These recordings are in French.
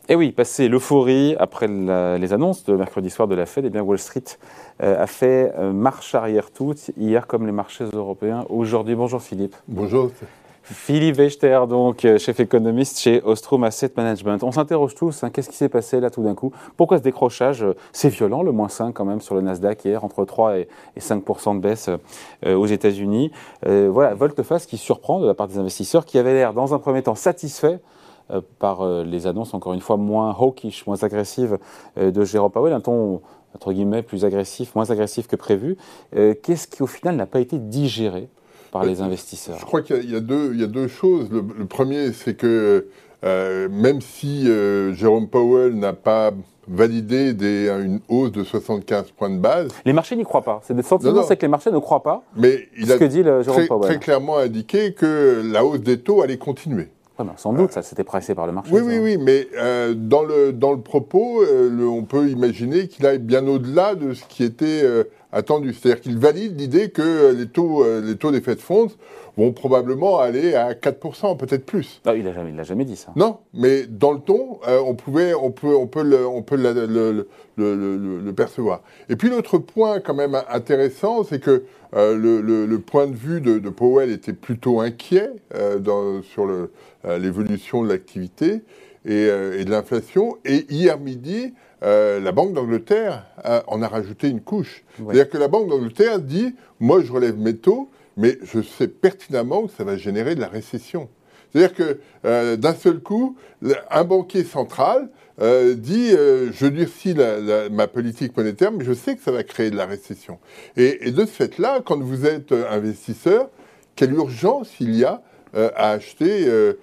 Et oui, passé l'euphorie après les annonces de mercredi soir de la Fed, eh bien Wall Street a fait marche arrière toute, hier comme les marchés européens aujourd'hui. Bonjour Philippe. Bonjour. Philippe Wechter, donc chef économiste chez Ostrom Asset Management. On s'interroge tous, qu'est-ce qui s'est passé là tout d'un coup? Pourquoi ce décrochage? C'est violent, le moins 5 quand même sur le Nasdaq hier, entre 3 et 5% de baisse aux États-Unis. Voilà, volte-face qui surprend de la part des investisseurs qui avaient l'air dans un premier temps satisfaits par les annonces, encore une fois, moins hawkish, moins agressives de Jérôme Powell, un ton, entre guillemets, plus agressif, moins agressif que prévu. Qu'est-ce qui, au final, n'a pas été digéré par les investisseurs? Je crois qu'il y a deux choses. Le premier, c'est que même si Jérôme Powell n'a pas validé une hausse de 75 points de base... Les marchés n'y croient pas. C'est des sentiments, c'est que les marchés ne croient pas. Mais il a ce que dit Jérôme Powell. Très clairement indiqué que la hausse des taux allait continuer. Ouais, ben, sans doute, ça s'était pressé par le marché. Oui, mais dans le propos, on peut imaginer qu'il aille bien au-delà de ce qui était attendu. C'est-à-dire qu'il valide l'idée que les taux des Fed Funds vont probablement aller à 4%, peut-être plus. Non, il l'a jamais dit ça. Non, mais dans le ton, on peut le percevoir. Et puis l'autre point quand même intéressant, c'est que le point de vue de Powell était plutôt inquiet sur l'évolution de l'activité et de l'inflation. Et hier midi, la Banque d'Angleterre en a rajouté une couche. Ouais. C'est-à-dire que la Banque d'Angleterre dit « Moi, je relève mes taux, mais je sais pertinemment que ça va générer de la récession. » C'est-à-dire que d'un seul coup, un banquier central dit je durcis ma politique monétaire, mais je sais que ça va créer de la récession. Et de ce fait-là, quand vous êtes investisseur, quelle urgence il y a à acheter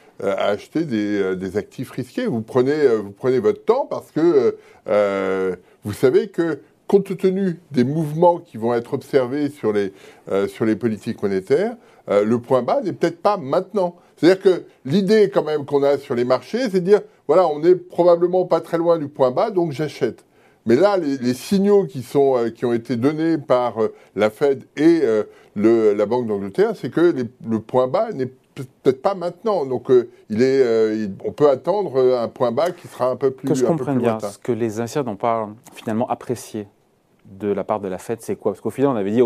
des actifs risqués? Vous prenez votre temps parce que vous savez que compte tenu des mouvements qui vont être observés sur les politiques monétaires, le point bas n'est peut-être pas maintenant. C'est-à-dire que l'idée quand même qu'on a sur les marchés, c'est de dire, voilà, on n'est probablement pas très loin du point bas, donc j'achète. Mais là, les signaux qui ont été donnés par la Fed et la Banque d'Angleterre, c'est que le point bas n'est peut-être pas maintenant. Donc on peut attendre un point bas qui sera un peu plus lointain. Que je comprenne bien, ce que les investisseurs n'ont pas finalement apprécié de la part de la Fed, c'est quoi? Parce qu'au final, on avait dit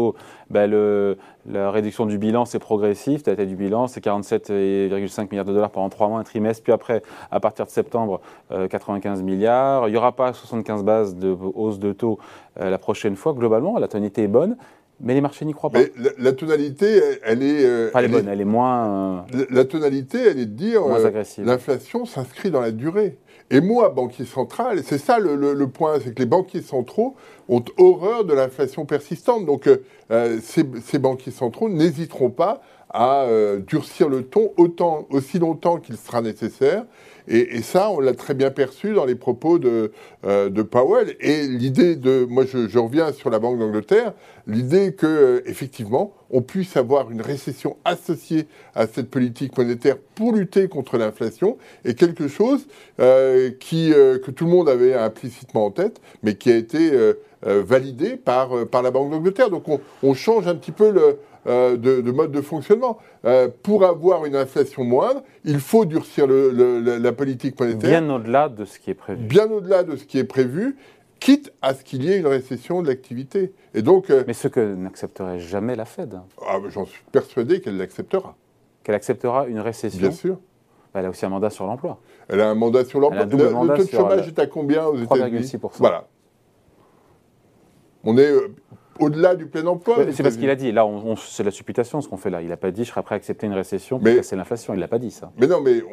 la réduction du bilan, c'est progressif. La tête du bilan, c'est 47,5 milliards de dollars pendant 3 mois, un trimestre. Puis après, à partir de septembre, 95 milliards. Il n'y aura pas 75 bases de hausse de taux la prochaine fois. Globalement, la tonalité est bonne. Mais les marchés n'y croient pas. Mais la tonalité, elle est... elle est bonne, elle est moins... La tonalité, elle est de dire... moins agressive. L'inflation s'inscrit dans la durée. Et moi, banquier central, c'est ça le point, c'est que les banquiers centraux ont horreur de l'inflation persistante. Donc, ces banquiers centraux n'hésiteront pas à durcir le ton aussi longtemps qu'il sera nécessaire. Et ça, on l'a très bien perçu dans les propos de Powell. Et l'idée moi je reviens sur la Banque d'Angleterre, l'idée que effectivement, on puisse avoir une récession associée à cette politique monétaire pour lutter contre l'inflation est quelque chose que tout le monde avait implicitement en tête, mais qui a été validé par la Banque d'Angleterre. Donc on change un petit peu de mode de fonctionnement. Pour avoir une inflation moindre, il faut durcir la politique monétaire. Bien au-delà de ce qui est prévu. Bien au-delà de ce qui est prévu, quitte à ce qu'il y ait une récession de l'activité. Et donc, mais ce que n'accepterait jamais la Fed. J'en suis persuadé qu'elle l'acceptera. Qu'elle acceptera une récession? Bien sûr. Elle a aussi un mandat sur l'emploi. Elle a un mandat sur l'emploi. Le taux de chômage est à combien aux États-Unis? 3,6%. Voilà. On est... au-delà du plein emploi. C'est parce qu'il a dit, là, c'est la supputation ce qu'on fait là. Il n'a pas dit, je serais prêt à accepter une récession pour casser l'inflation. Il ne l'a pas dit, ça. Mais non, mais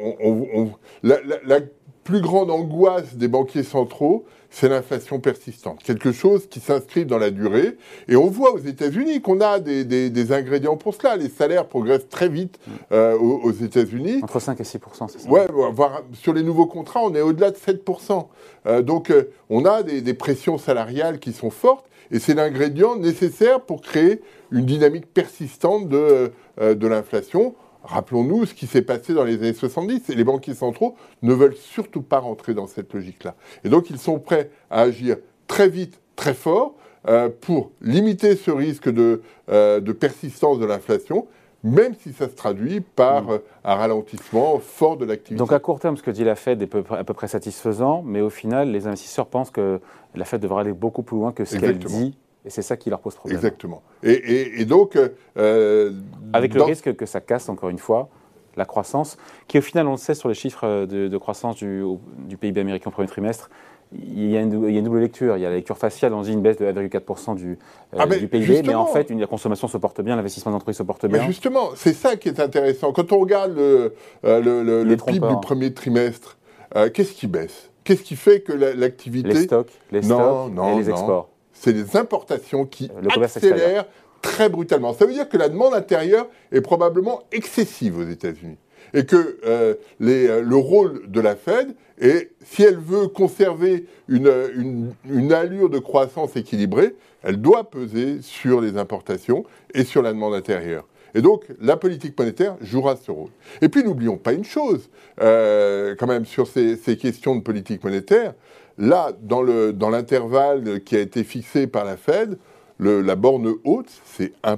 la plus grande angoisse des banquiers centraux, c'est l'inflation persistante. Quelque chose qui s'inscrit dans la durée. Et on voit aux États-Unis qu'on a des ingrédients pour cela. Les salaires progressent très vite aux États-Unis. Entre 5 et 6%, c'est ça? Ouais, sur les nouveaux contrats, on est au-delà de 7%. Donc, on a des pressions salariales qui sont fortes. Et c'est l'ingrédient nécessaire pour créer une dynamique persistante de l'inflation. Rappelons-nous ce qui s'est passé dans les années 70. Et les banquiers centraux ne veulent surtout pas rentrer dans cette logique-là. Et donc, ils sont prêts à agir très vite, très fort, pour limiter ce risque de persistance de l'inflation, même si ça se traduit par un ralentissement fort de l'activité. Donc à court terme, ce que dit la Fed est à peu près satisfaisant, mais au final, les investisseurs pensent que la Fed devrait aller beaucoup plus loin que ce qu'elle dit, et c'est ça qui leur pose problème. Exactement. Et donc... avec le risque que ça casse, encore une fois, la croissance, qui au final, on le sait sur les chiffres de croissance du PIB américain au premier trimestre, il y a une double lecture. Il y a la lecture faciale, on dit une baisse de 1,4% du PIB, mais en fait, la consommation se porte bien, l'investissement d'entreprise se porte bien. Mais justement, c'est ça qui est intéressant. Quand on regarde le PIB du premier trimestre, qu'est-ce qui baisse? Qu'est-ce qui fait que l'activité... Les stocks et les exports. C'est les importations qui accélèrent très brutalement. Ça veut dire que la demande intérieure est probablement excessive aux États-Unis. Et que le rôle de la Fed est, si elle veut conserver une allure de croissance équilibrée, elle doit peser sur les importations et sur la demande intérieure. Et donc, la politique monétaire jouera ce rôle. Et puis, n'oublions pas une chose, quand même, sur ces questions de politique monétaire. Là, dans l'intervalle qui a été fixé par la Fed, la borne haute, c'est 1%.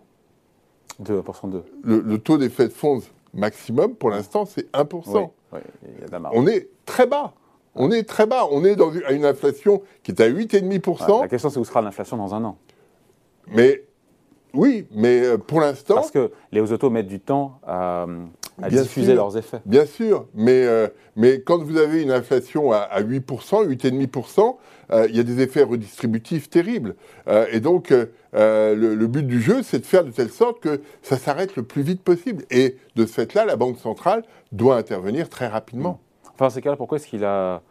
1%. Le taux des Fed Funds maximum, pour l'instant, c'est 1%. Oui, il y a de la marge. On est très bas. On est très bas. On est à une inflation qui est à 8,5%. Ouais, la question, c'est où sera l'inflation dans un an. Mais... Oui, mais pour l'instant... Parce que les hausses autos mettent du temps à diffuser leurs effets. Bien sûr, mais quand vous avez une inflation à 8%, 8,5%, il y a des effets redistributifs terribles. Et donc, le but du jeu, c'est de faire de telle sorte que ça s'arrête le plus vite possible. Et de ce fait-là, la Banque centrale doit intervenir très rapidement. Enfin, dans ces cas-là, pourquoi est-ce qu'il a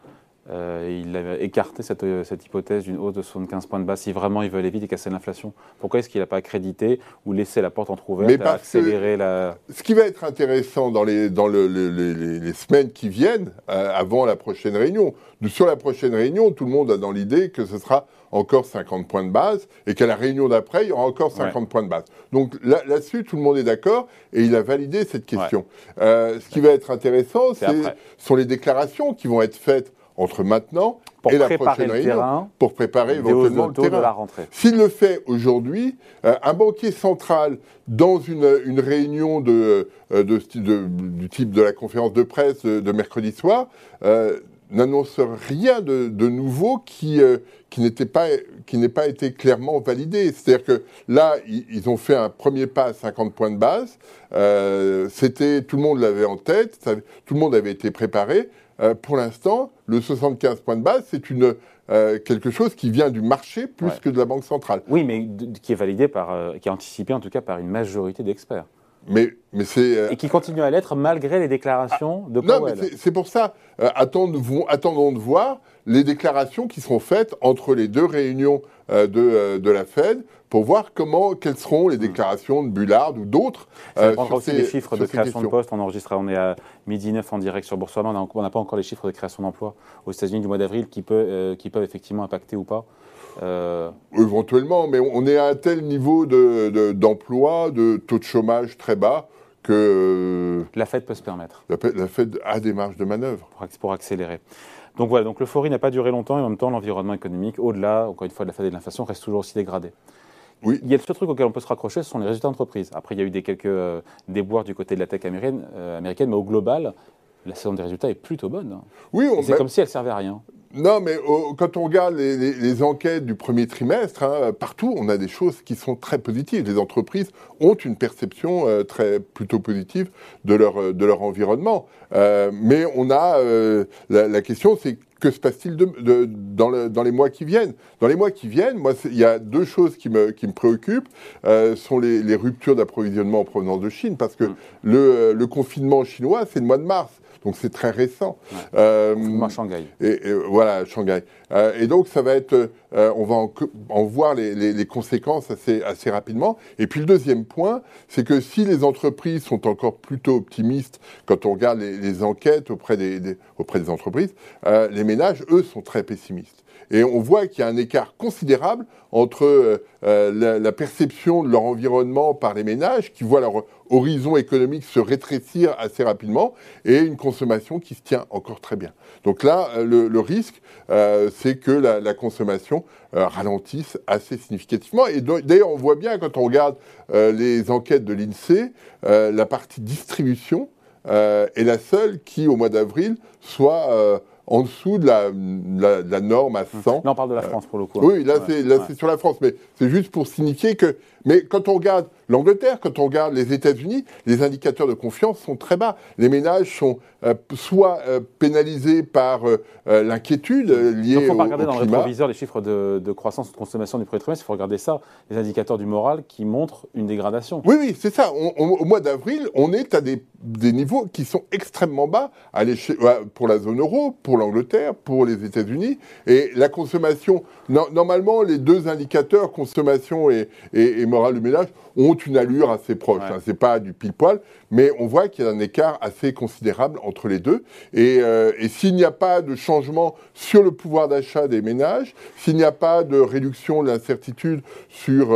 écarté cette hypothèse d'une hausse de 75 points de base si vraiment il veut aller vite et casser l'inflation? Pourquoi est-ce qu'il n'a pas accrédité ou laissé la porte entrouverte à accélérer Ce qui va être intéressant dans les semaines qui viennent, avant la prochaine réunion, sur la prochaine réunion, tout le monde a dans l'idée que ce sera encore 50 points de base et qu'à la réunion d'après, il y aura encore 50 points de base. Donc là-dessus, tout le monde est d'accord et il a validé cette question. Ce qui va être intéressant, sont les déclarations qui vont être faites entre maintenant et la prochaine réunion, pour préparer éventuellement le terrain. De la rentrée. S'il le fait aujourd'hui, un banquier central, dans une réunion du type de la conférence de presse de mercredi soir, n'annonce rien de nouveau qui n'ait pas été clairement validé. C'est-à-dire que là, ils ont fait un premier pas à 50 points de base. Tout le monde l'avait en tête, tout le monde avait été préparé. Pour l'instant, le 75 points de base, c'est quelque chose qui vient du marché plus que de la Banque centrale. Oui, mais qui est validé qui est anticipé en tout cas par une majorité d'experts. Mais c'est... Et qui continue à l'être malgré les déclarations de Powell. Non, mais c'est pour ça. Attendons de voir les déclarations qui seront faites entre les deux réunions de la Fed pour voir quelles seront les déclarations de Bullard ou d'autres. Ça dépendra aussi des chiffres de création de postes. On est à 12h09 en direct sur Boursorama. On n'a pas encore les chiffres de création d'emplois aux États-Unis du mois d'avril qui peuvent effectivement impacter ou pas. Éventuellement, mais on est à un tel niveau d'emploi, de taux de chômage très bas que... la Fed peut se permettre. La Fed a des marges de manœuvre. Pour accélérer. Donc voilà, l'euphorie n'a pas duré longtemps et en même temps, l'environnement économique, au-delà, encore une fois, de la Fed et de l'inflation, reste toujours aussi dégradé. Oui. Il y a le seul truc auquel on peut se raccrocher, ce sont les résultats d'entreprise. Après, il y a eu quelques déboires du côté de la tech américaine, mais au global, la saison des résultats est plutôt bonne. Oui, c'est comme si elle servait à rien. Non, mais quand on regarde les enquêtes du premier trimestre, partout, on a des choses qui sont très positives. Les entreprises ont une perception plutôt positive de leur environnement. Mais on a la question, c'est que se passe-t-il dans les mois qui viennent? Dans les mois qui viennent, moi, il y a deux choses qui me préoccupent. Sont les ruptures d'approvisionnement en provenance de Chine, parce que le confinement chinois, c'est le mois de mars. Donc c'est très récent. À Shanghai. Voilà, Shanghai. Et donc ça va être, on va en voir les conséquences assez rapidement. Et puis le deuxième point, c'est que si les entreprises sont encore plutôt optimistes, quand on regarde les enquêtes auprès des entreprises, les ménages, eux, sont très pessimistes. Et on voit qu'il y a un écart considérable entre la perception de leur environnement par les ménages, qui voient leur horizon économique se rétrécir assez rapidement, et une consommation qui se tient encore très bien. Donc là, le risque, c'est que la consommation ralentisse assez significativement. Et d'ailleurs, on voit bien, quand on regarde les enquêtes de l'INSEE, la partie distribution est la seule qui, au mois d'avril, soit en dessous de la norme à 100. Là, on parle de la France, pour le coup. Oui, là, c'est sur la France. Mais c'est juste pour signifier que... Mais quand on regarde l'Angleterre, quand on regarde les États-Unis, les indicateurs de confiance sont très bas. Les ménages sont soit pénalisés par l'inquiétude liée au climat. Il ne faut pas regarder dans le rétroviseur les chiffres de croissance de consommation du premier trimestre, il faut regarder ça, les indicateurs du moral qui montrent une dégradation. Oui, c'est ça. Au mois d'avril, on est à des niveaux qui sont extrêmement bas pour la zone euro, pour l'Angleterre, pour les États-Unis. Et la consommation, normalement, les deux indicateurs, consommation et morale du ménage, ont une allure assez proche. Ouais. C'est pas du pile-poil, mais on voit qu'il y a un écart assez considérable entre les deux. Et s'il n'y a pas de changement sur le pouvoir d'achat des ménages, s'il n'y a pas de réduction de l'incertitude sur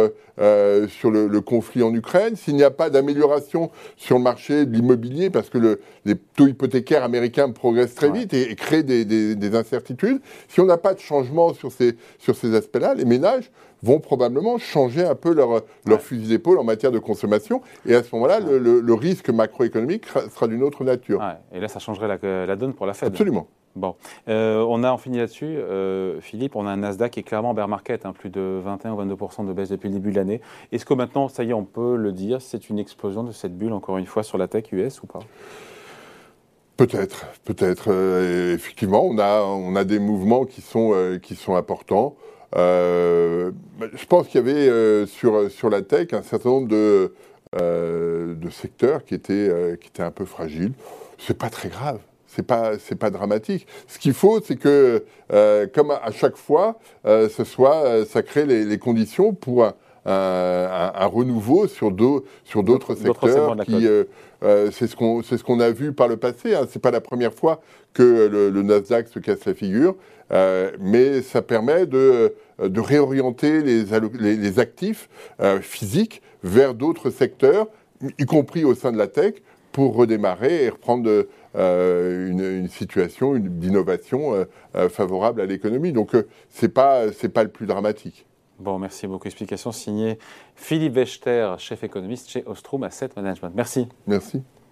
le conflit en Ukraine, s'il n'y a pas d'amélioration sur le marché de l'immobilier, parce que les taux hypothécaires américains progressent très vite et créent des incertitudes, si on n'a pas de changement sur ces aspects-là, les ménages vont probablement changer un peu leur fusil d'épaule en matière de consommation. Et à ce moment-là, le risque macroéconomique sera d'une autre nature. Et là, ça changerait la donne pour la Fed. Absolument. Bon, on finit là-dessus. Philippe, on a un Nasdaq qui est clairement bear market, plus de 21 ou 22% de baisse depuis le début de l'année. Est-ce que maintenant, ça y est, on peut le dire, c'est une explosion de cette bulle, encore une fois, sur la tech US ou pas ? Peut-être. Effectivement, on a des mouvements qui sont importants. Je pense qu'il y avait sur la tech un certain nombre de secteurs qui étaient un peu fragiles. C'est pas très grave. C'est pas dramatique. Ce qu'il faut, c'est que, comme à chaque fois, ça crée les conditions pour un renouveau sur d'autres secteurs. C'est ce qu'on a vu par le passé. C'est pas la première fois que le Nasdaq se casse la figure, mais ça permet de réorienter les actifs physiques vers d'autres secteurs, y compris au sein de la tech, pour redémarrer et reprendre une situation d'innovation favorable à l'économie. Donc, c'est pas le plus dramatique. Bon, merci beaucoup. Explication signée Philippe Wächter, chef économiste chez Ostrom Asset Management. Merci. Merci.